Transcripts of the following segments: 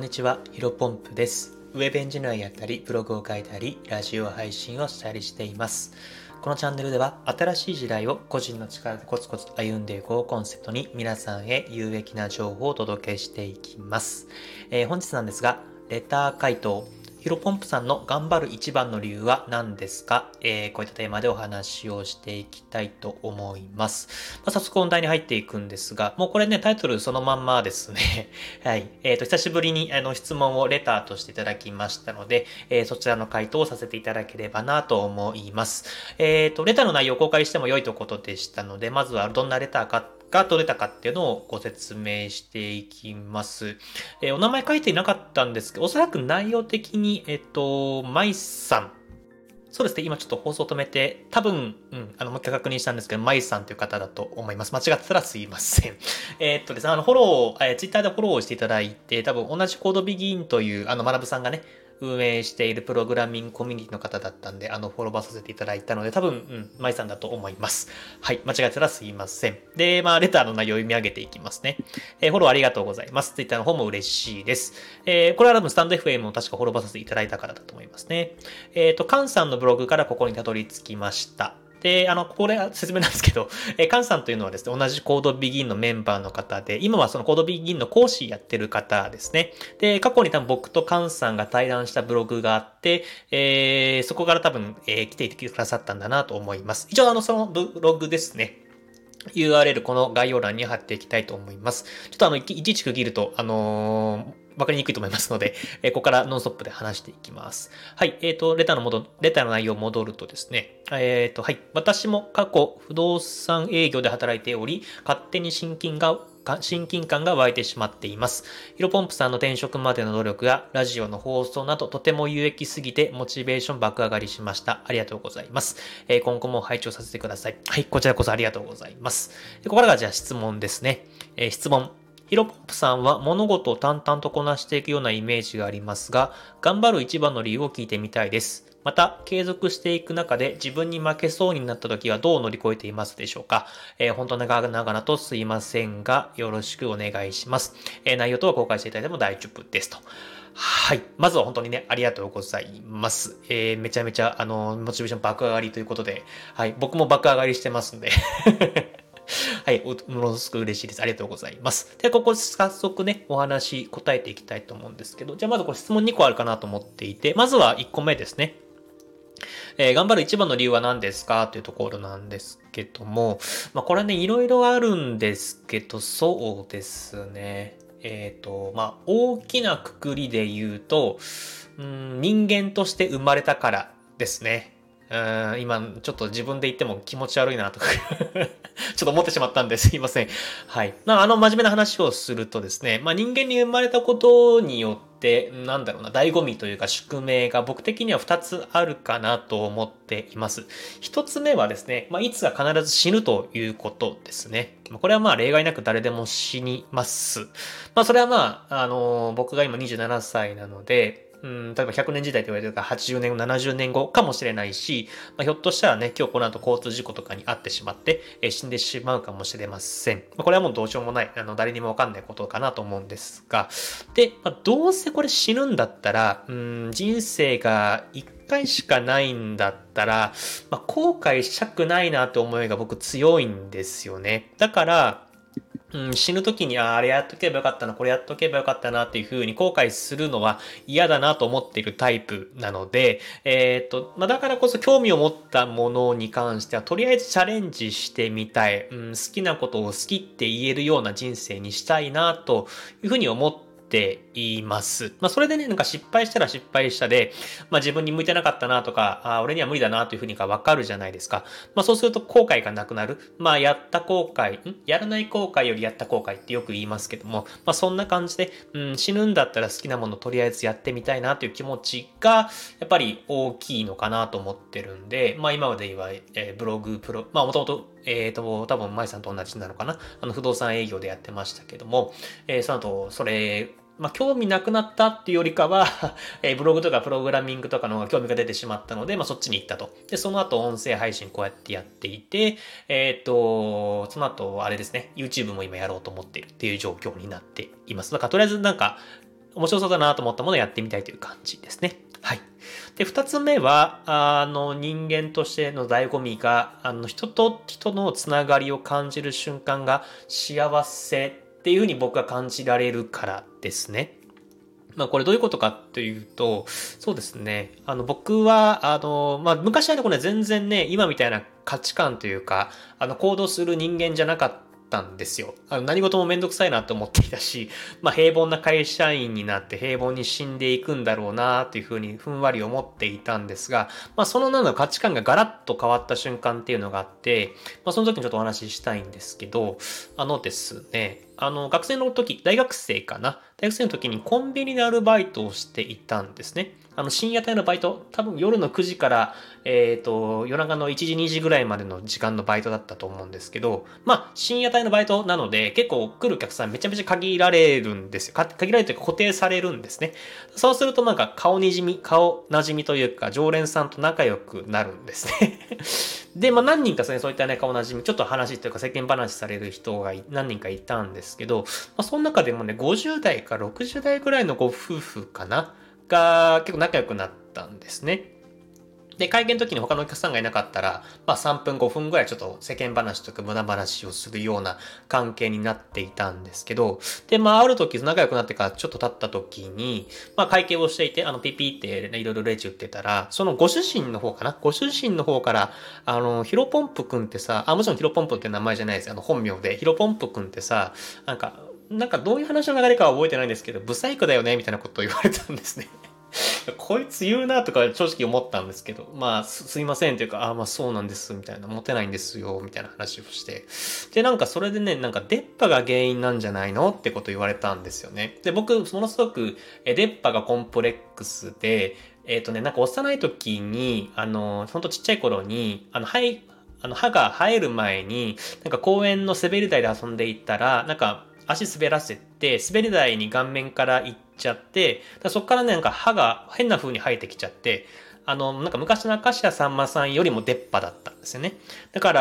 んにちは、ヒロポンプです。ウェブエンジニアやったり、ブログを書いたり、ラジオ配信をしたりしています。このチャンネルでは、新しい時代を個人の力でコツコツ歩んでいこうをコンセプトに、皆さんへ有益な情報をお届けしていきます。本日なんですが、レター回答。ヒロポンプさんの頑張る一番の理由は何ですか？こういったテーマでお話をしていきたいと思います。早速本題に入っていくんですが、もうこれね、タイトルそのまんまですね。はい。久しぶりに質問をレターとしていただきましたので、そちらの回答をさせていただければなと思います。レターの内容を公開しても良いということでしたので、まずはどんなレターかが取れたかっていうのをご説明していきます。お名前書いていなかったんですけど、おそらく内容的に、マイさん。そうですね、今ちょっと放送止めて、多分、もう一回確認したんですけど、マイさんという方だと思います。間違ってたらすいません。ですね、フォロー、ツイッターでフォローしていただいて、多分同じコードビギンという、学さんがね、運営しているプログラミングコミュニティの方だったんで、フォローバーさせていただいたので、多分、マイさんだと思います。はい、間違えたらすいません。で、レターの内容を読み上げていきますね。フォローありがとうございます。ツイッターの方も嬉しいです。これは多分スタンド FM も確かフォローバーさせていただいたからだと思いますね。カンさんのブログからここにたどり着きました。で、これは説明なんですけど、カンさんというのはですね、同じコードビギンのメンバーの方で、今はそのコードビギンの講師やってる方ですね。で、過去に多分僕とカンさんが対談したブログがあって、そこから多分、来ていてくださったんだなと思います。一応そのブログですね。URL この概要欄に貼っていきたいと思います。ちょっといちいち区切ると、わかりにくいと思いますので、ここからノンストップで話していきます。はい、レターの内容戻るとですね、はい、私も過去不動産営業で働いており、勝手に親近感が湧いてしまっています。ヒロポンプさんの転職までの努力やラジオの放送などとても有益すぎてモチベーション爆上がりしました。ありがとうございます。今後も拝聴させてください。はい、こちらこそありがとうございます。ここからがじゃあ質問ですね。質問。ヒロポンプさんは物事を淡々とこなしていくようなイメージがありますが、頑張る一番の理由を聞いてみたいです。また、継続していく中で自分に負けそうになった時はどう乗り越えていますでしょうか？本当長々とすいませんが、よろしくお願いします。内容等は公開していただいても大丈夫ですと。はい。まずは本当にね、ありがとうございます。めちゃめちゃ、モチベーション爆上がりということで、はい。僕も爆上がりしてますんで。はい、ものすごく嬉しいです。ありがとうございます。で、ここ早速ね、お話答えていきたいと思うんですけど、じゃあまずこれ質問2個あるかなと思っていて、まずは1個目ですね。頑張る一番の理由は何ですかというところなんですけども、これね、いろいろあるんですけど、そうですね。大きなくくりで言うと、人間として生まれたからですね。今、ちょっと自分で言っても気持ち悪いなとかちょっと思ってしまったんですいません。はい。真面目な話をするとですね、人間に生まれたことによって、醍醐味というか宿命が僕的には2つあるかなと思っています。1つ目はですね、いつか必ず死ぬということですね。これは例外なく誰でも死にます。それは僕が今27歳なので、例えば100年時代と言われてるから80年後、70年後かもしれないし、ひょっとしたらね、今日この後交通事故とかに遭ってしまって、死んでしまうかもしれません。これはもうどうしようもない、誰にもわかんないことかなと思うんですが、で、どうせこれ死ぬんだったら、人生が一回しかないんだったら、後悔したくないなって思いが僕強いんですよね。だから、死ぬ時に、あれやっとけばよかったな、これやっとけばよかったなっていう風に後悔するのは嫌だなと思っているタイプなので、だからこそ興味を持ったものに関しては、とりあえずチャレンジしてみたい。好きなことを好きって言えるような人生にしたいなという風に思っています。それでね、失敗したら失敗したで、自分に向いてなかったなとか、俺には無理だなというふうにわかるじゃないですか。そうすると後悔がなくなる。やった後悔、やらない後悔よりやった後悔ってよく言いますけども、そんな感じで、死ぬんだったら好きなものとりあえずやってみたいなという気持ちが、やっぱり大きいのかなと思ってるんで、今まで言われ、ブログ、もともと多分、舞さんと同じなのかな不動産営業でやってましたけども、その後、それ、興味なくなったっていうよりかはブログとかプログラミングとかの方が興味が出てしまったので、そっちに行ったと。で、その後音声配信こうやってやっていて、その後、あれですね、YouTube も今やろうと思っているっていう状況になっています。だから、とりあえず面白そうだなと思ったものをやってみたいという感じですね。はい。で、二つ目は、人間としての醍醐味が、人と人のつながりを感じる瞬間が幸せっていうふうに僕が感じられるからですね。まあこれどういうことかっていうと、そうですね。僕は、まあ昔はね、これ全然ね、今みたいな価値観というか、行動する人間じゃなかったんですよ。何事もめんどくさいなと思っていたし、まあ平凡な会社員になって平凡に死んでいくんだろうなっていうふうにふんわり思っていたんですが、まあその価値観がガラッと変わった瞬間っていうのがあって、まあその時にちょっとお話ししたいんですけど、ですね、学生の時、大学生かな大学生の時にコンビニでアルバイトをしていたんですね。深夜帯のバイト、多分夜の9時から、夜中の1時、2時ぐらいまでの時間のバイトだったと思うんですけど、まあ、深夜帯のバイトなので、結構来るお客さんめちゃめちゃ限られるんですよ。限られるというか固定されるんですね。そうすると顔馴染みというか、常連さんと仲良くなるんですね。で、まあ何人かそういったね、顔馴染み、ちょっと話というか世間話される人が何人かいたんですけど、まあその中でもね、50代か60代ぐらいのご夫婦かなが結構仲良くなったんですね。で、会見の時に他のお客さんがいなかったら、まあ3分5分ぐらいちょっと世間話とか無駄話をするような関係になっていたんですけど、で、まあある時仲良くなってからちょっと経った時に、まあ会計をしていて、ピピってね、いろいろレジ打ってたら、そのご主人の方かなご主人の方から、ヒロポンプくんってさ、もちろんヒロポンプって名前じゃないですよ。本名で、ヒロポンプくんってさ、なんかどういう話の流れかは覚えてないんですけど、ブサイクだよねみたいなことを言われたんですね。こいつ言うなとか正直思ったんですけど、まあ、すいませんというか、まあそうなんです、みたいな、モテないんですよ、みたいな話をして。で、それでね、出っ歯が原因なんじゃないのってこと言われたんですよね。で、僕、ものすごく、出っ歯がコンプレックスで、幼い時に、ほんとちっちゃい頃に、歯が生える前に、公園の滑り台で遊んでいったら、足滑らせて、滑り台に顔面から行っちゃって、そっからね、歯が変な風に生えてきちゃって、昔の明石家さんまさんよりも出っ歯だったんですよね。だから、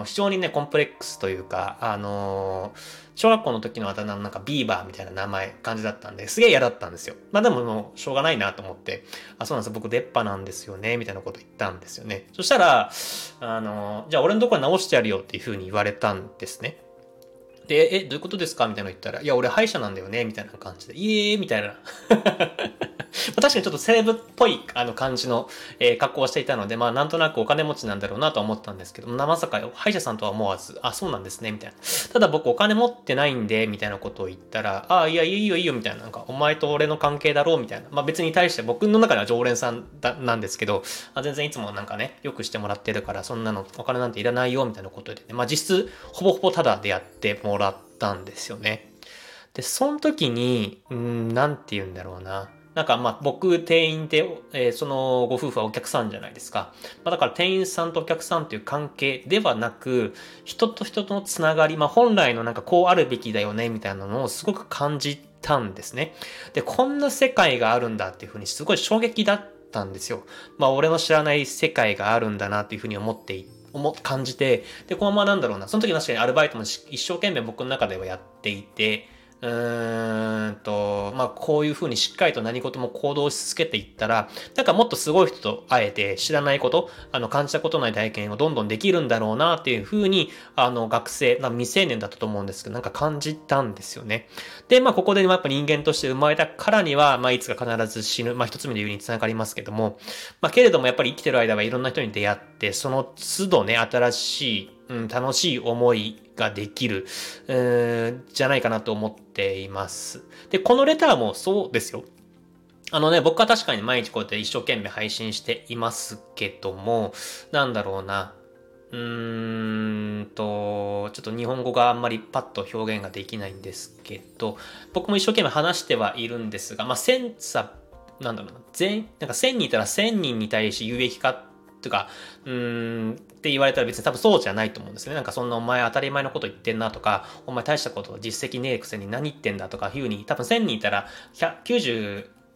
非常にね、コンプレックスというか、小学校の時のあだ名のビーバーみたいな感じだったんで、すげえ嫌だったんですよ。まあでももう、しょうがないなと思って、そうなんですよ、僕出っ歯なんですよね、みたいなこと言ったんですよね。そしたら、じゃあ俺のところ直してやるよっていう風に言われたんですね。で、どういうことですかみたいなの言ったら、いや、俺歯医者なんだよねみたいな感じで、みたいな。確かにちょっとセレブっぽい感じの、格好をしていたので、まあなんとなくお金持ちなんだろうなとは思ったんですけど、まさか歯医者さんとは思わず、そうなんですね、みたいな。ただ僕お金持ってないんで、みたいなことを言ったら、いや、いいよいいよ、みたいな。お前と俺の関係だろう、みたいな。まあ別に対して僕の中では常連さんなんですけど、全然いつもよくしてもらってるから、そんなのお金なんていらないよ、みたいなことでね。まあ実質、ほぼほぼタダでやってもらったんですよね。で、その時に、なんて言うんだろうな。僕店員で、そのご夫婦はお客さんじゃないですか。だから店員さんとお客さんという関係ではなく、人と人とのつながり、本来のこうあるべきだよね、みたいなのをすごく感じたんですね。で、こんな世界があるんだっていうふうにすごい衝撃だったんですよ。俺の知らない世界があるんだなっていうふうに感じて、で、このままその時確かにアルバイトも一生懸命僕の中ではやっていて、こういう風にしっかりと何事も行動し続けていったら、もっとすごい人と会えて知らないこと、感じたことない体験をどんどんできるんだろうなっていう風に、学生、未成年だったと思うんですけど、感じたんですよね。で、ここでやっぱ人間として生まれたからには、いつか必ず死ぬ、一つ目で言うに繋がりますけども、けれどもやっぱり生きてる間はいろんな人に出会って、その都度ね、新しい楽しい思いができる、じゃないかなと思っています。で、このレターもそうですよ。僕は確かに毎日こうやって一生懸命配信していますけども、ちょっと日本語があんまりパッと表現ができないんですけど、僕も一生懸命話してはいるんですが、1000人いたら1000人に対し有益かとか、って言われたら別に多分そうじゃないと思うんですね。そんなお前当たり前のこと言ってんなとか、お前大したこと実績ねえくせに何言ってんだとかいう風に多分1000人いたら99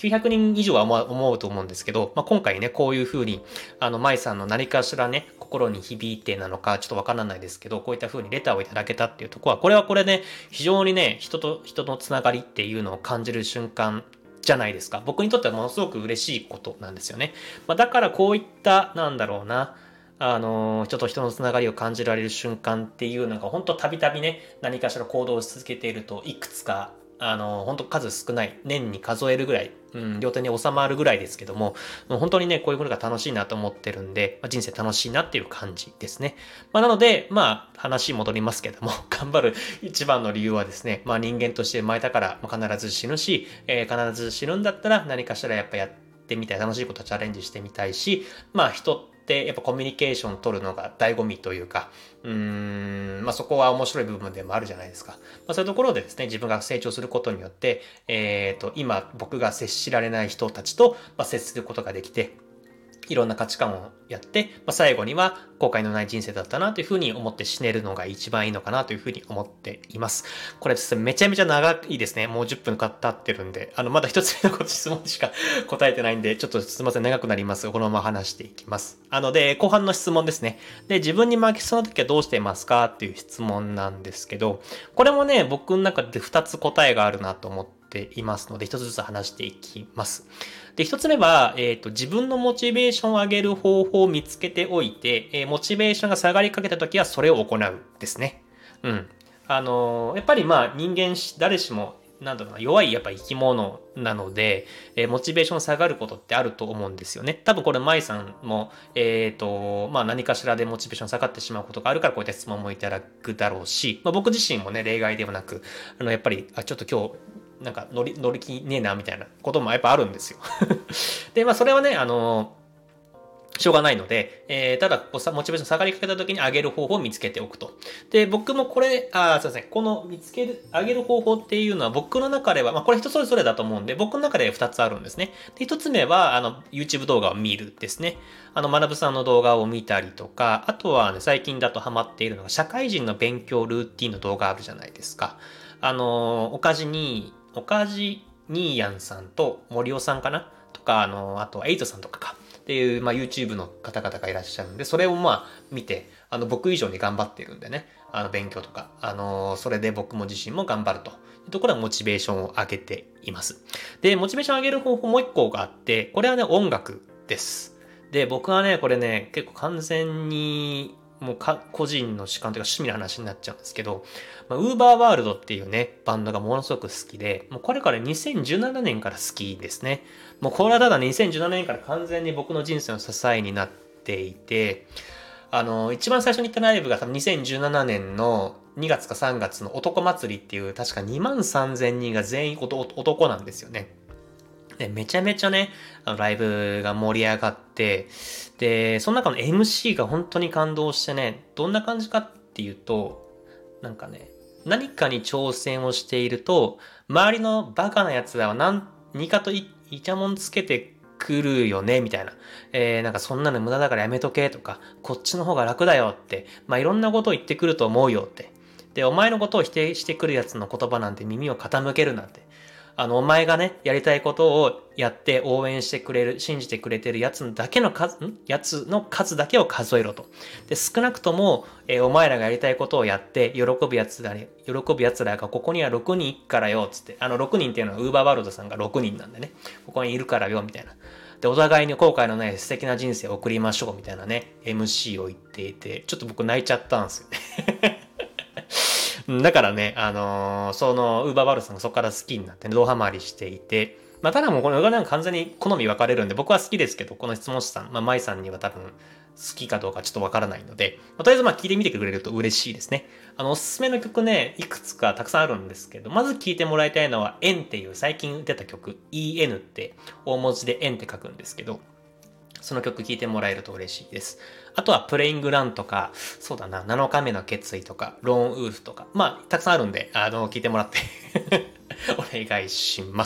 900人以上は思うと思うんですけど、今回ね、こういう風に、舞さんの何かしらね、心に響いてなのか、ちょっとわからないですけど、こういった風にレターをいただけたっていうところは、これはこれで、非常にね、人と人のつながりっていうのを感じる瞬間じゃないですか。僕にとってはものすごく嬉しいことなんですよね。だからこういった、なんだろうな、人と人のつながりを感じられる瞬間っていうのが、本当たびたびね、何かしら行動をし続けていると、いくつか、本当数少ない、年に数えるぐらい、両手に収まるぐらいですけども、本当にね、こういうことが楽しいなと思ってるんで、人生楽しいなっていう感じですね。なので、話戻りますけども、頑張る一番の理由はですね、人間として生まれたから、必ず死ぬし、必ず死ぬんだったら何かしらやっぱやってみたい、楽しいことチャレンジしてみたいし、人ってやっぱコミュニケーション取るのが醍醐味というか、そこは面白い部分でもあるじゃないですか。そういうところでですね、自分が成長することによって、今僕が接しられない人たちと、接することができて、いろんな価値観をやって、最後には後悔のない人生だったなというふうに思って死ねるのが一番いいのかなというふうに思っています。これですね、めちゃめちゃ長いですね。もう10分経ってるんで、まだ一つ目の質問しか答えてないんで、ちょっとすいません、長くなりますが、このまま話していきます。で、後半の質問ですね。で、自分に負けそうな時はどうしていますかっていう質問なんですけど、これもね、僕の中で2つ答えがあるなと思っていますので、1つずつ話していきます。で、一つ目は、自分のモチベーションを上げる方法を見つけておいて、モチベーションが下がりかけたときはそれを行うですね。やっぱり人間誰しも、弱いやっぱ生き物なので、モチベーション下がることってあると思うんですよね。多分これ、舞さんも、何かしらでモチベーション下がってしまうことがあるから、こういった質問もいただくだろうし、僕自身もね、例外ではなく、やっぱり、ちょっと今日、乗り気ねえな、みたいなこともやっぱあるんですよ。で、それはね、しょうがないので、ただ、モチベーション下がりかけた時に上げる方法を見つけておくと。で、僕もこれ、すいません。この上げる方法っていうのは僕の中では、これ人それぞれだと思うんで、僕の中で2つあるんですね。で、1つ目は、YouTube 動画を見るですね。学さんの動画を見たりとか、あとはね、最近だとハマっているのが、社会人の勉強ルーティンの動画あるじゃないですか。おかじにーやんさんと森尾さんかなとか、あとはエイトさんとかか。っていう、YouTube の方々がいらっしゃるんで、それを見て、僕以上に頑張っているんでね、勉強とか、それで僕も自身も頑張るというところはモチベーションを上げています。で、モチベーション上げる方法もう一個があって、これはね、音楽です。で、僕はね、これね、結構完全に、もう個人の主観というか趣味の話になっちゃうんですけど、ウーバーワールドっていうね、バンドがものすごく好きで、もうこれから2017年から好きですね。もうこれはただ2017年から完全に僕の人生の支えになっていて、一番最初に行ったライブが多分2017年の2月か3月の男祭りっていう確か2万3000人が全員男なんですよね。で、めちゃめちゃね、ライブが盛り上がって、で、その中の MC が本当に感動してね、どんな感じかっていうと、何かに挑戦をしていると、周りのバカな奴らは何かとイチャモンつけてくるよね、みたいな。そんなの無駄だからやめとけとか、こっちの方が楽だよって、いろんなことを言ってくると思うよって。で、お前のことを否定してくる奴の言葉なんて耳を傾けるなんて。お前がね、やりたいことをやって応援してくれる、信じてくれてるやつの数だけを数えろと。で、少なくとも、お前らがやりたいことをやって、喜ぶ奴らがここには6人いっからよ、つって。6人っていうのはウーバーワールドさんが6人なんでね。ここにいるからよ、みたいな。で、お互いに後悔のない素敵な人生を送りましょう、みたいなね、MC を言っていて、ちょっと僕泣いちゃったんですよね。だからね、その、ウーバーワールドさんがそこから好きになって、ね、ドハマりしていて、ただもうこの完全に好み分かれるんで、僕は好きですけど、この質問者さん、舞さんには多分、好きかどうかちょっとわからないので、とりあえず聞いてみてくれると嬉しいですね。おすすめの曲ね、いくつかたくさんあるんですけど、まず聴いてもらいたいのは、円っていう最近出た曲、EN って大文字で円って書くんですけど、その曲聴いてもらえると嬉しいです。あとはプレイングランとか、そうだな、7日目の決意とか、ローンウーフとか、たくさんあるんで、聞いてもらってお願いします。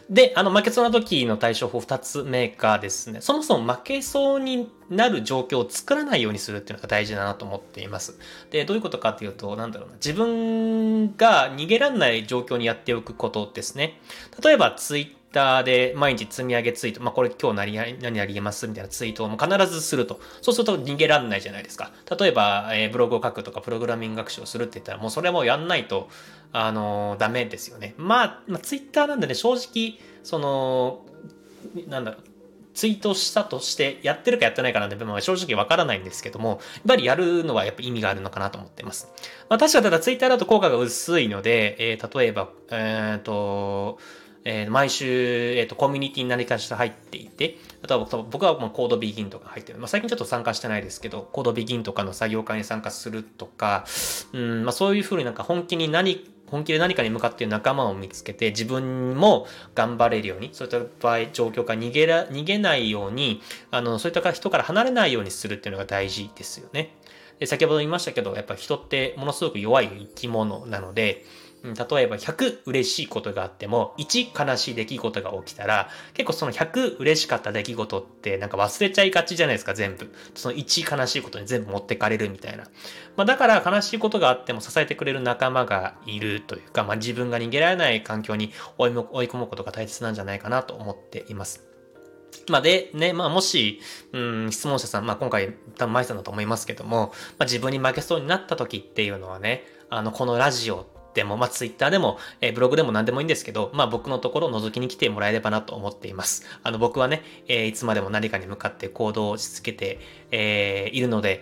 で、負けそうな時の対処法2つ目がですね、そもそも負けそうになる状況を作らないようにするっていうのが大事だなと思っています。で、どういうことかっていうと、自分が逃げられない状況にやっておくことですね。例えば、ツイッターで毎日積み上げツイート、これ今日何々言えますみたいなツイートを必ずすると。そうすると逃げらんないじゃないですか。例えば、ブログを書くとか、プログラミング学習をするって言ったら、もうそれもやんないと、ダメですよね。ツイッターなんでね、正直、ツイートしたとしてやってるかやってないかなんで、正直わからないんですけども、やっぱりやるのはやっぱ意味があるのかなと思っています。確かただツイッターだと効果が薄いので、例えば、毎週、コミュニティに何かしら入っていて、あとは僕はコードビギンとか入ってる。最近ちょっと参加してないですけど、コードビギンとかの作業会に参加するとか、そういうふうに本気で何かに向かっている仲間を見つけて、自分も頑張れるように、そういった場合、状況から逃げないように、そういった人から離れないようにするっていうのが大事ですよね。で、先ほど言いましたけど、やっぱ人ってものすごく弱い生き物なので、例えば100嬉しいことがあっても、1悲しい出来事が起きたら、結構その100嬉しかった出来事って忘れちゃいがちじゃないですか、全部。その1悲しいことに全部持ってかれるみたいな。だから悲しいことがあっても支えてくれる仲間がいるというか、自分が逃げられない環境に追い込むことが大切なんじゃないかなと思っています。で、ね、もし、質問者さん、今回、多分、舞さんだと思いますけども、自分に負けそうになった時っていうのはね、このラジオでも、ツイッターでも、ブログでも何でもいいんですけど、僕のところを覗きに来てもらえればなと思っています。僕はね、いつまでも何かに向かって行動し続けて、いるので、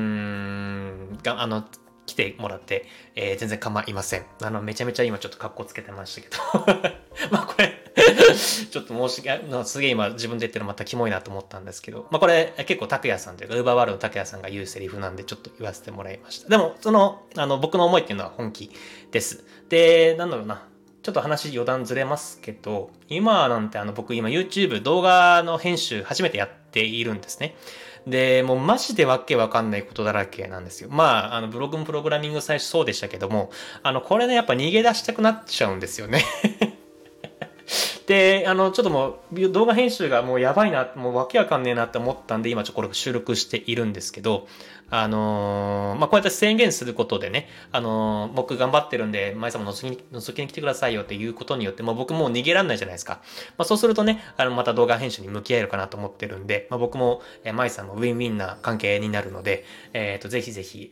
来てもらって、全然構いません。めちゃめちゃ今ちょっと格好つけてましたけど。これちょっとすげえ今自分で言ってるのまたキモいなと思ったんですけど、これ結構拓也さんというか、ウーバーワールド拓也さんが言うセリフなんでちょっと言わせてもらいました。でも、僕の思いっていうのは本気です。で、ちょっと話余談ずれますけど、今なんて僕今 YouTube 動画の編集初めてやっているんですね。で、もうマジでわけわかんないことだらけなんですよ。ブログもプログラミング最初そうでしたけども、これね、やっぱ逃げ出したくなっちゃうんですよね。で、ちょっともう動画編集がもうやばいな、もうわけわかんねえなって思ったんで、今これ収録しているんですけど、こうやって宣言することでね、僕頑張ってるんで、舞さんも覗きに来てくださいよっていうことによって、僕もう逃げらんないじゃないですか。そうするとね、また動画編集に向き合えるかなと思ってるんで、僕も、舞さんもウィンウィンな関係になるので、ぜひぜひ、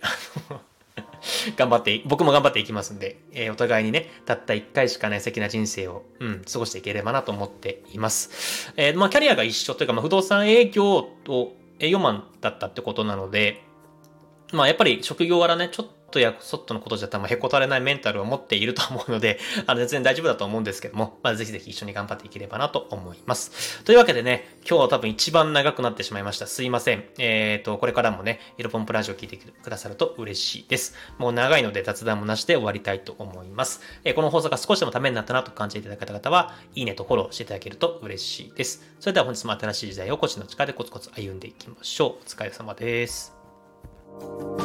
僕も頑張っていきますんで、お互いにね、たった一回しかない素敵な人生を、過ごしていければなと思っています。キャリアが一緒というか、不動産営業マンだったってことなので、やっぱり職業柄ね、ちょっとやそっとのことじゃへこたれないメンタルを持っていると思うので、全然大丈夫だと思うんですけども、ぜひぜひ一緒に頑張っていければなと思います。というわけでね、今日は多分一番長くなってしまいました。すいません。これからもね、イロポンプラジオ聞いてくださると嬉しいです。もう長いので雑談もなしで終わりたいと思います。この放送が少しでもためになったなと感じていただけた方は、いいねとフォローしていただけると嬉しいです。それでは本日も新しい時代を個人の力でコツコツ歩んでいきましょう。お疲れ様です。